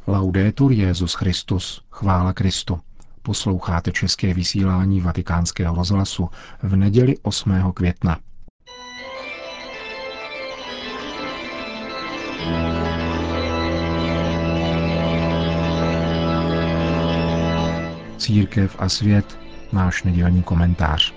Laudetur Jesus Christus, chvála Kristu. Posloucháte české vysílání Vatikánského rozhlasu v neděli 8. května. Církev a svět, náš nedělní komentář.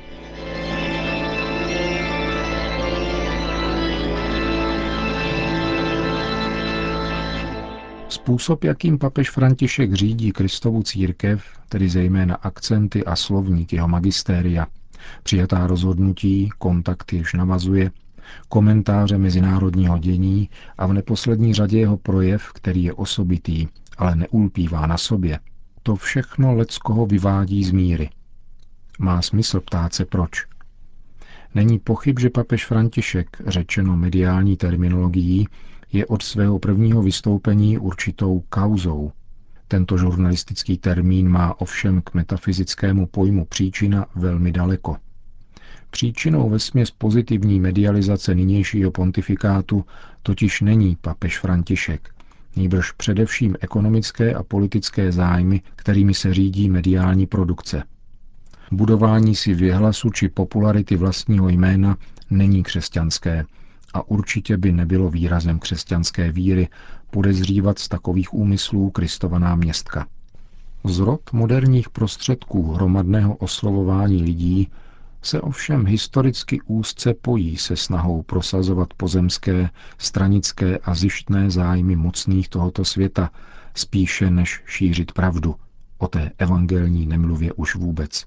Způsob, jakým papež František řídí Kristovu církev, tedy zejména akcenty a slovník jeho magistéria, přijatá rozhodnutí, kontakt, jež navazuje, komentáře mezinárodního dění a v neposlední řadě jeho projev, který je osobitý, ale neulpívá na sobě, to všechno leckoho vyvádí z míry. Má smysl ptát se proč. Není pochyb, že papež František, řečeno mediální terminologií, je od svého prvního vystoupení určitou kauzou. Tento žurnalistický termín má ovšem k metafyzickému pojmu příčina velmi daleko. Příčinou vesměs pozitivní medializace nynějšího pontifikátu totiž není papež František, nýbrž především ekonomické a politické zájmy, kterými se řídí mediální produkce. Budování si věhlasu či popularity vlastního jména není křesťanské a určitě by nebylo výrazem křesťanské víry podezřívat z takových úmyslů Kristova náměstka. Zrod moderních prostředků hromadného oslovování lidí se ovšem historicky úzce pojí se snahou prosazovat pozemské, stranické a zištné zájmy mocných tohoto světa, spíše než šířit pravdu, o té evangelní nemluvě už vůbec.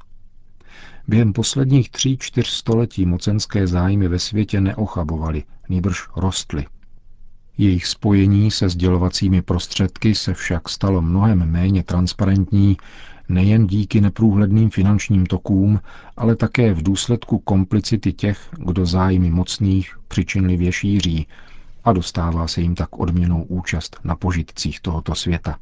Během posledních 3-4 století mocenské zájmy ve světě neochabovaly, nýbrž rostly. Jejich spojení se sdělovacími prostředky se však stalo mnohem méně transparentní, nejen díky neprůhledným finančním tokům, ale také v důsledku komplicity těch, kdo zájmy mocných přičinlivě šíří a dostává se jim tak odměnou účast na požitcích tohoto světa.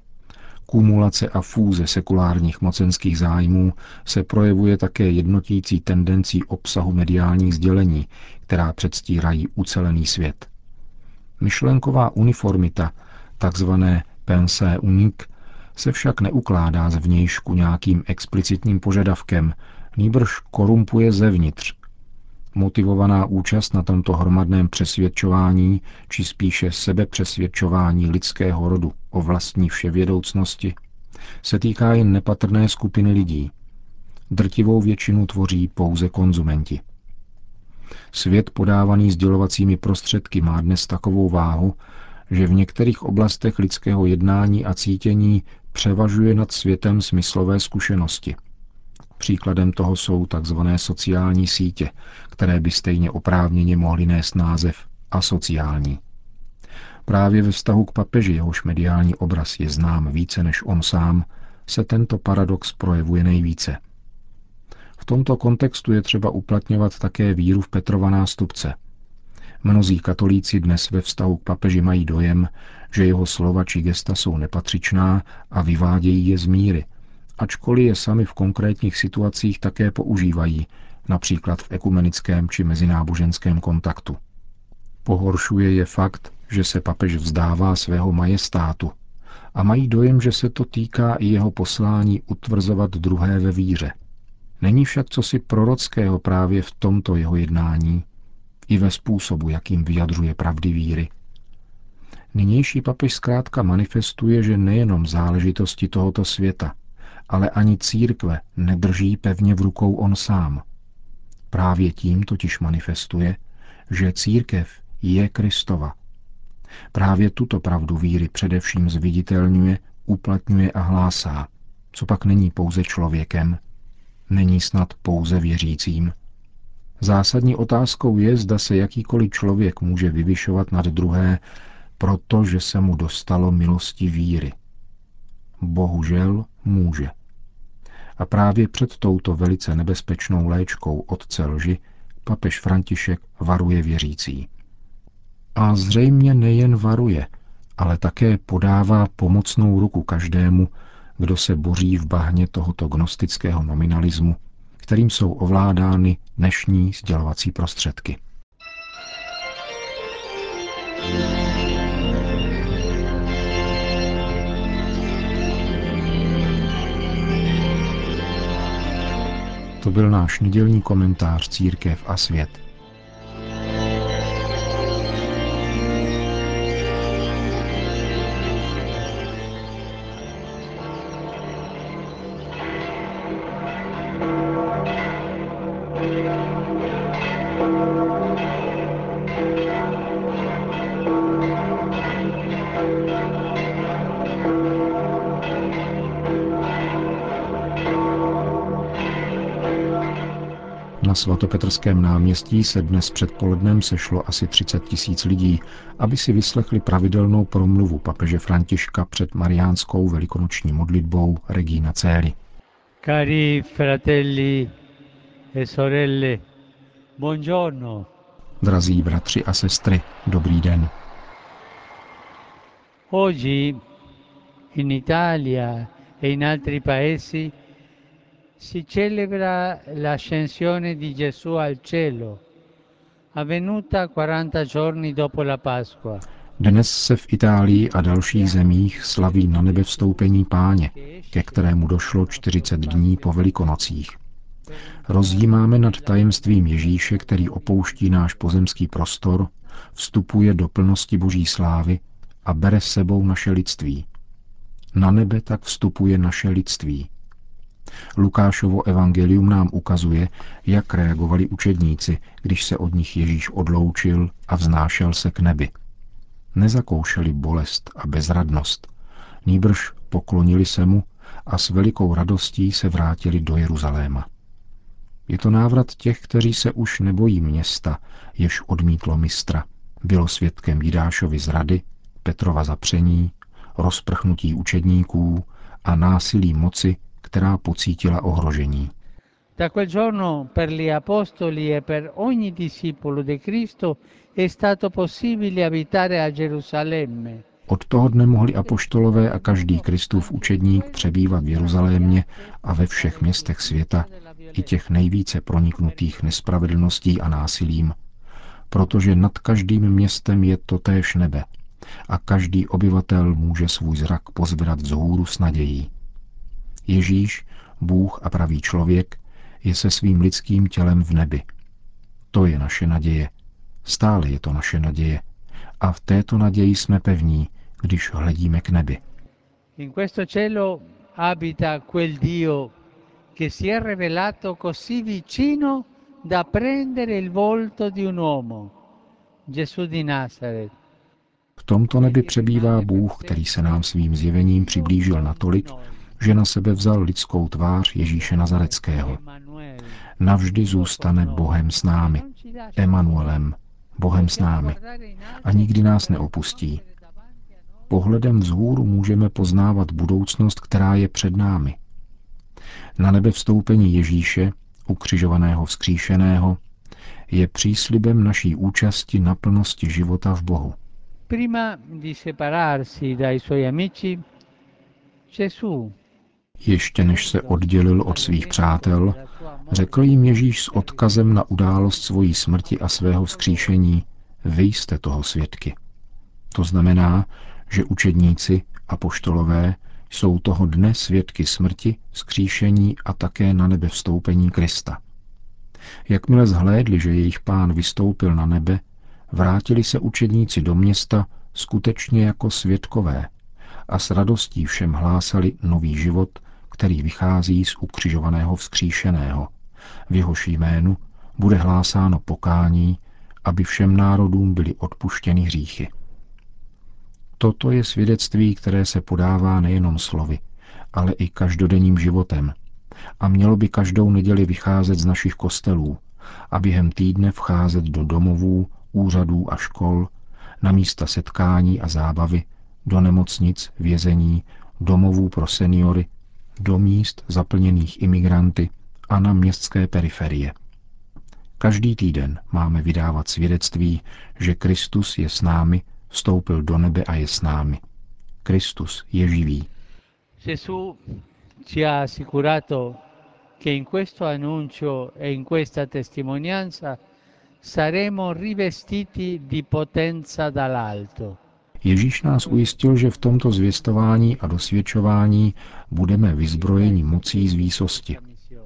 Kumulace a fúze sekulárních mocenských zájmů se projevuje také jednotící tendencí obsahu mediálních sdělení, která předstírají ucelený svět. Myšlenková uniformita, takzvané pensée unique, se však neukládá zvnějšku nějakým explicitním požadavkem, nýbrž korumpuje zevnitř. Motivovaná účast na tomto hromadném přesvědčování, či spíše sebepřesvědčování lidského rodu o vlastní vševědoucnosti, se týká jen nepatrné skupiny lidí. Drtivou většinu tvoří pouze konzumenti. Svět podávaný sdělovacími prostředky má dnes takovou váhu, že v některých oblastech lidského jednání a cítění převažuje nad světem smyslové zkušenosti. Příkladem toho jsou tzv. Sociální sítě, které by stejně oprávněně mohly nést název asociální. Právě ve vztahu k papeži, jehož mediální obraz je znám více než on sám, se tento paradox projevuje nejvíce. V tomto kontextu je třeba uplatňovat také víru v Petrova nástupce. Mnozí katolíci dnes ve vztahu k papeži mají dojem, že jeho slova či gesta jsou nepatřičná a vyvádějí je z míry, ačkoliv je sami v konkrétních situacích také používají, například v ekumenickém či mezináboženském kontaktu. Pohoršuje je fakt, že se papež vzdává svého majestátu a mají dojem, že se to týká i jeho poslání utvrzovat druhé ve víře. Není však cosi prorockého právě v tomto jeho jednání, i ve způsobu, jakým vyjadřuje pravdy víry. Nynější papež zkrátka manifestuje, že nejenom záležitosti tohoto světa, ale ani církve nedrží pevně v rukou on sám. Právě tím totiž manifestuje, že církev je Kristova. Právě tuto pravdu víry především zviditelňuje, uplatňuje a hlásá, co pak není pouze člověkem, není snad pouze věřícím. Zásadní otázkou je, zda se jakýkoliv člověk může vyvyšovat nad druhé, protože se mu dostalo milosti víry. Bohužel může. A právě před touto velice nebezpečnou léčkou otce lži papež František varuje věřící. A zřejmě nejen varuje, ale také podává pomocnou ruku každému, kdo se boří v bahně tohoto gnostického nominalismu, kterým jsou ovládány dnešní sdělovací prostředky. To byl náš nedělní komentář Církev a svět. Na svatopetrském náměstí se dnes předpolednem sešlo asi 30 000 lidí, aby si vyslechli pravidelnou promluvu papeže Františka před mariánskou velikonoční modlitbou Regina Coeli. Cari fratelli e sorelle, buongiorno. Drazí bratři a sestry, dobrý den. Oggi in Italia e in altri paesi si celebra l'ascensione di Gesù al cielo, avvenuta 40 giorni dopo la Pasqua. Dnes se v Itálii a dalších zemích slaví na nebe vstoupení Páně, ke kterému došlo 40 dní po Velikonocích. Rozjímáme nad tajemstvím Ježíše, který opouští náš pozemský prostor, vstupuje do plnosti Boží slávy a bere s sebou naše lidství. Na nebe tak vstupuje naše lidství. Lukášovo evangelium nám ukazuje, jak reagovali učedníci, když se od nich Ježíš odloučil a vznášel se k nebi. Nezakoušeli bolest a bezradnost, nýbrž poklonili se mu a s velikou radostí se vrátili do Jeruzaléma. Je to návrat těch, kteří se už nebojí města, jež odmítlo mistra. Bylo svědkem Jidášovy zrady, Petrova zapření, rozprchnutí učedníků a násilí moci, která pocítila ohrožení. Da quel giorno per gli apostoli e per ogni discepolo di Cristo è stato possibile abitare a Gerusalemme. Od toho dne mohli apoštolové a každý Kristův učedník přebývat v Jeruzalémě a ve všech městech světa, i těch nejvíce proniknutých nespravedlností a násilím, protože nad každým městem je totéž nebe a každý obyvatel může svůj zrak pozvedat vzhůru s nadějí. Ježíš, Bůh a pravý člověk, je se svým lidským tělem v nebi. To je naše naděje. Stále je to naše naděje. A v této naději jsme pevní, když hledíme k nebi. In questo cielo abita quel Dio che si è rivelato così vicino da prendere il volto di un uomo, Gesù di Nazaret. V tomto nebi přebývá Bůh, který se nám svým zjevením přiblížil natolik, že na sebe vzal lidskou tvář Ježíše Nazareckého. Navždy zůstane Bohem s námi, Emanuelem, Bohem s námi, a nikdy nás neopustí. Pohledem vzhůru můžeme poznávat budoucnost, která je před námi. Na nebe vstoupení Ježíše, ukřižovaného vzkříšeného, je příslibem naší účasti na plnosti života v Bohu. Prima di separarsi dai suoi amici, Gesù, Ještě než se oddělil od svých přátel, řekl jim Ježíš s odkazem na událost svojí smrti a svého vzkříšení: vy jste toho svědky. To znamená, že učedníci, apoštolové, jsou toho dne svědky smrti, vzkříšení a také na nebe vstoupení Krista. Jakmile zhlédli, že jejich Pán vystoupil na nebe, vrátili se učedníci do města skutečně jako svědkové a s radostí všem hlásali nový život, který vychází z ukřižovaného vzkříšeného. V jehož jménu bude hlásáno pokání, aby všem národům byly odpuštěny hříchy. Toto je svědectví, které se podává nejenom slovy, ale i každodenním životem a mělo by každou neděli vycházet z našich kostelů a během týdne vcházet do domovů, úřadů a škol, na místa setkání a zábavy, do nemocnic, vězení, domovů pro seniory, do míst zaplněných imigranty a na městské periferie. Každý týden máme vydávat svědectví, že Kristus je s námi, vstoupil do nebe a je s námi. Kristus je živý. Gesù ci ha assicurato che in questo annuncio e in questa testimonianza saremo rivestiti di potenza dall'alto. Ježíš nás ujistil, že v tomto zvěstování a dosvědčování budeme vyzbrojeni mocí z výsosti.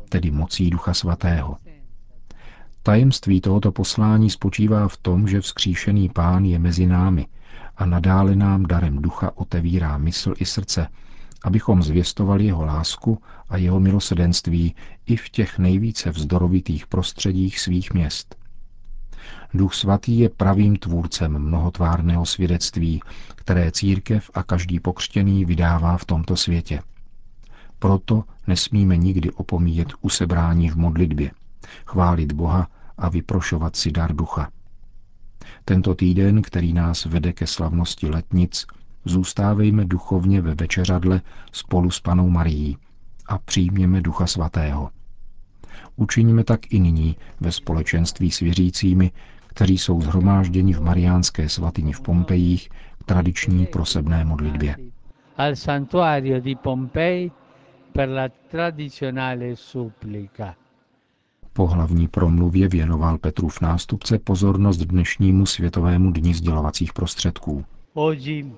tedy mocí Ducha Svatého. Tajemství tohoto poslání spočívá v tom, že vzkříšený Pán je mezi námi a nadále nám darem Ducha otevírá mysl i srdce, abychom zvěstovali jeho lásku a jeho milosrdenství i v těch nejvíce vzdorovitých prostředích svých měst. Duch Svatý je pravým tvůrcem mnohotvárného svědectví, které církev a každý pokřtěný vydává v tomto světě. Proto nesmíme nikdy opomíjet usebrání v modlitbě, chválit Boha a vyprošovat si dar ducha. Tento týden, který nás vede ke slavnosti letnic, zůstávejme duchovně ve večeřadle spolu s Pannou Marií a přijměme Ducha Svatého. Učiňme tak i nyní ve společenství s věřícími, kteří jsou shromážděni v Mariánské svatyni v Pompejích k tradiční prosebné modlitbě. Al santuario di Pompei per la tradizionale supplica. Po hlavní promluvě věnoval Petrův nástupce pozornost dnešnímu Světovému dni sdělovacích prostředků. Oggi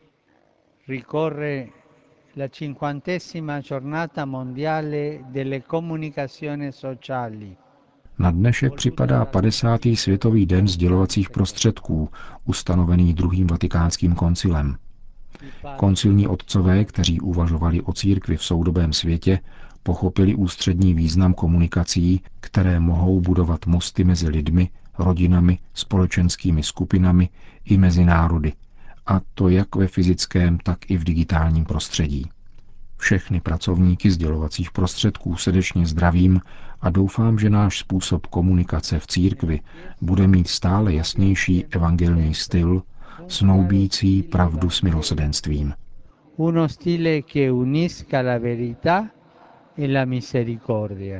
ricorre la 50ª giornata mondiale delle comunicazioni sociali. Na dnešek připadá 50. Světový den sdělovacích prostředků, ustanovený druhým vatikánským koncilem. Koncilní otcové, kteří uvažovali o církvi v soudobém světě, pochopili ústřední význam komunikací, které mohou budovat mosty mezi lidmi, rodinami, společenskými skupinami i mezi národy, a to jak ve fyzickém, tak i v digitálním prostředí. Všechny pracovníky sdělovacích prostředků srdečně zdravím a doufám, že náš způsob komunikace v církvi bude mít stále jasnější evangelní styl, snoubící pravdu s milosrdenstvím. Uno stile che unisca la verità e la misericordia.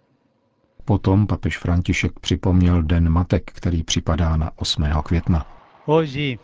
Potom papež František připomněl Den matek, který připadá na 8. května. Oggi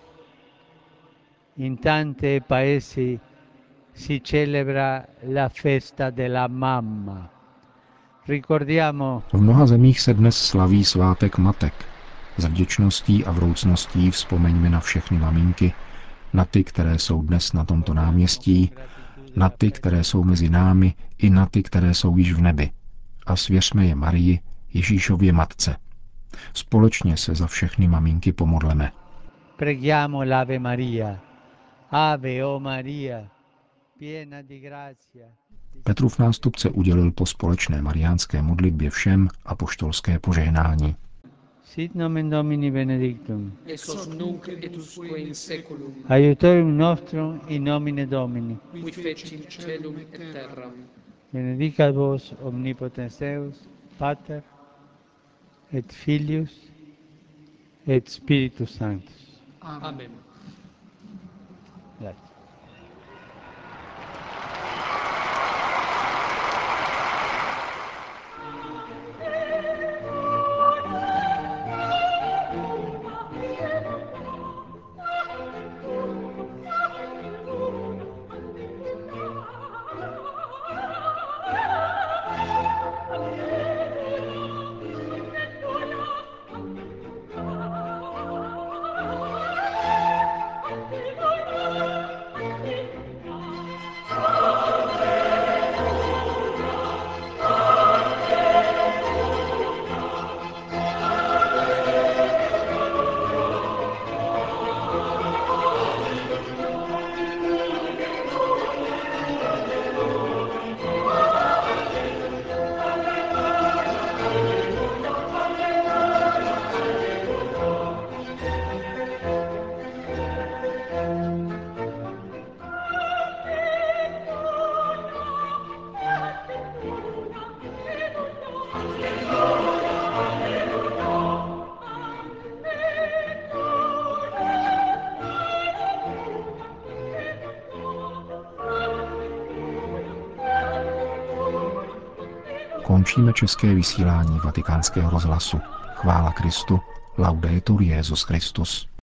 in tanti paesi si celebra la festa della mamma. Ricordiamo V mnoha zemích se dnes slaví svátek matek. S vděčností a vroucností vzpomeňme na všechny maminky, na ty, které jsou dnes na tomto náměstí, na ty, které jsou mezi námi, i na ty, které jsou již v nebi. A svěřme je Marii, Ježíšově matce. Společně se za všechny maminky pomodleme. Preghiamo l'Ave Maria. Ave o Maria, piena di grazia. Petrův nástupce udělil po společné mariánské modlitbě všem apoštolské požehnání. Sit nomen Domini benedictum. Ex hoc nunc et usque in seculum, Aiutorium nostrum in nomine Domini. qui fecit celum et terram. Benedicat vos omnipotens Deus, Pater et Filius et Spiritus Sanctus. Amen. Grazie. Končíme české vysílání Vatikánského rozhlasu. Chvála Kristu. Laudetur Jesus Christus.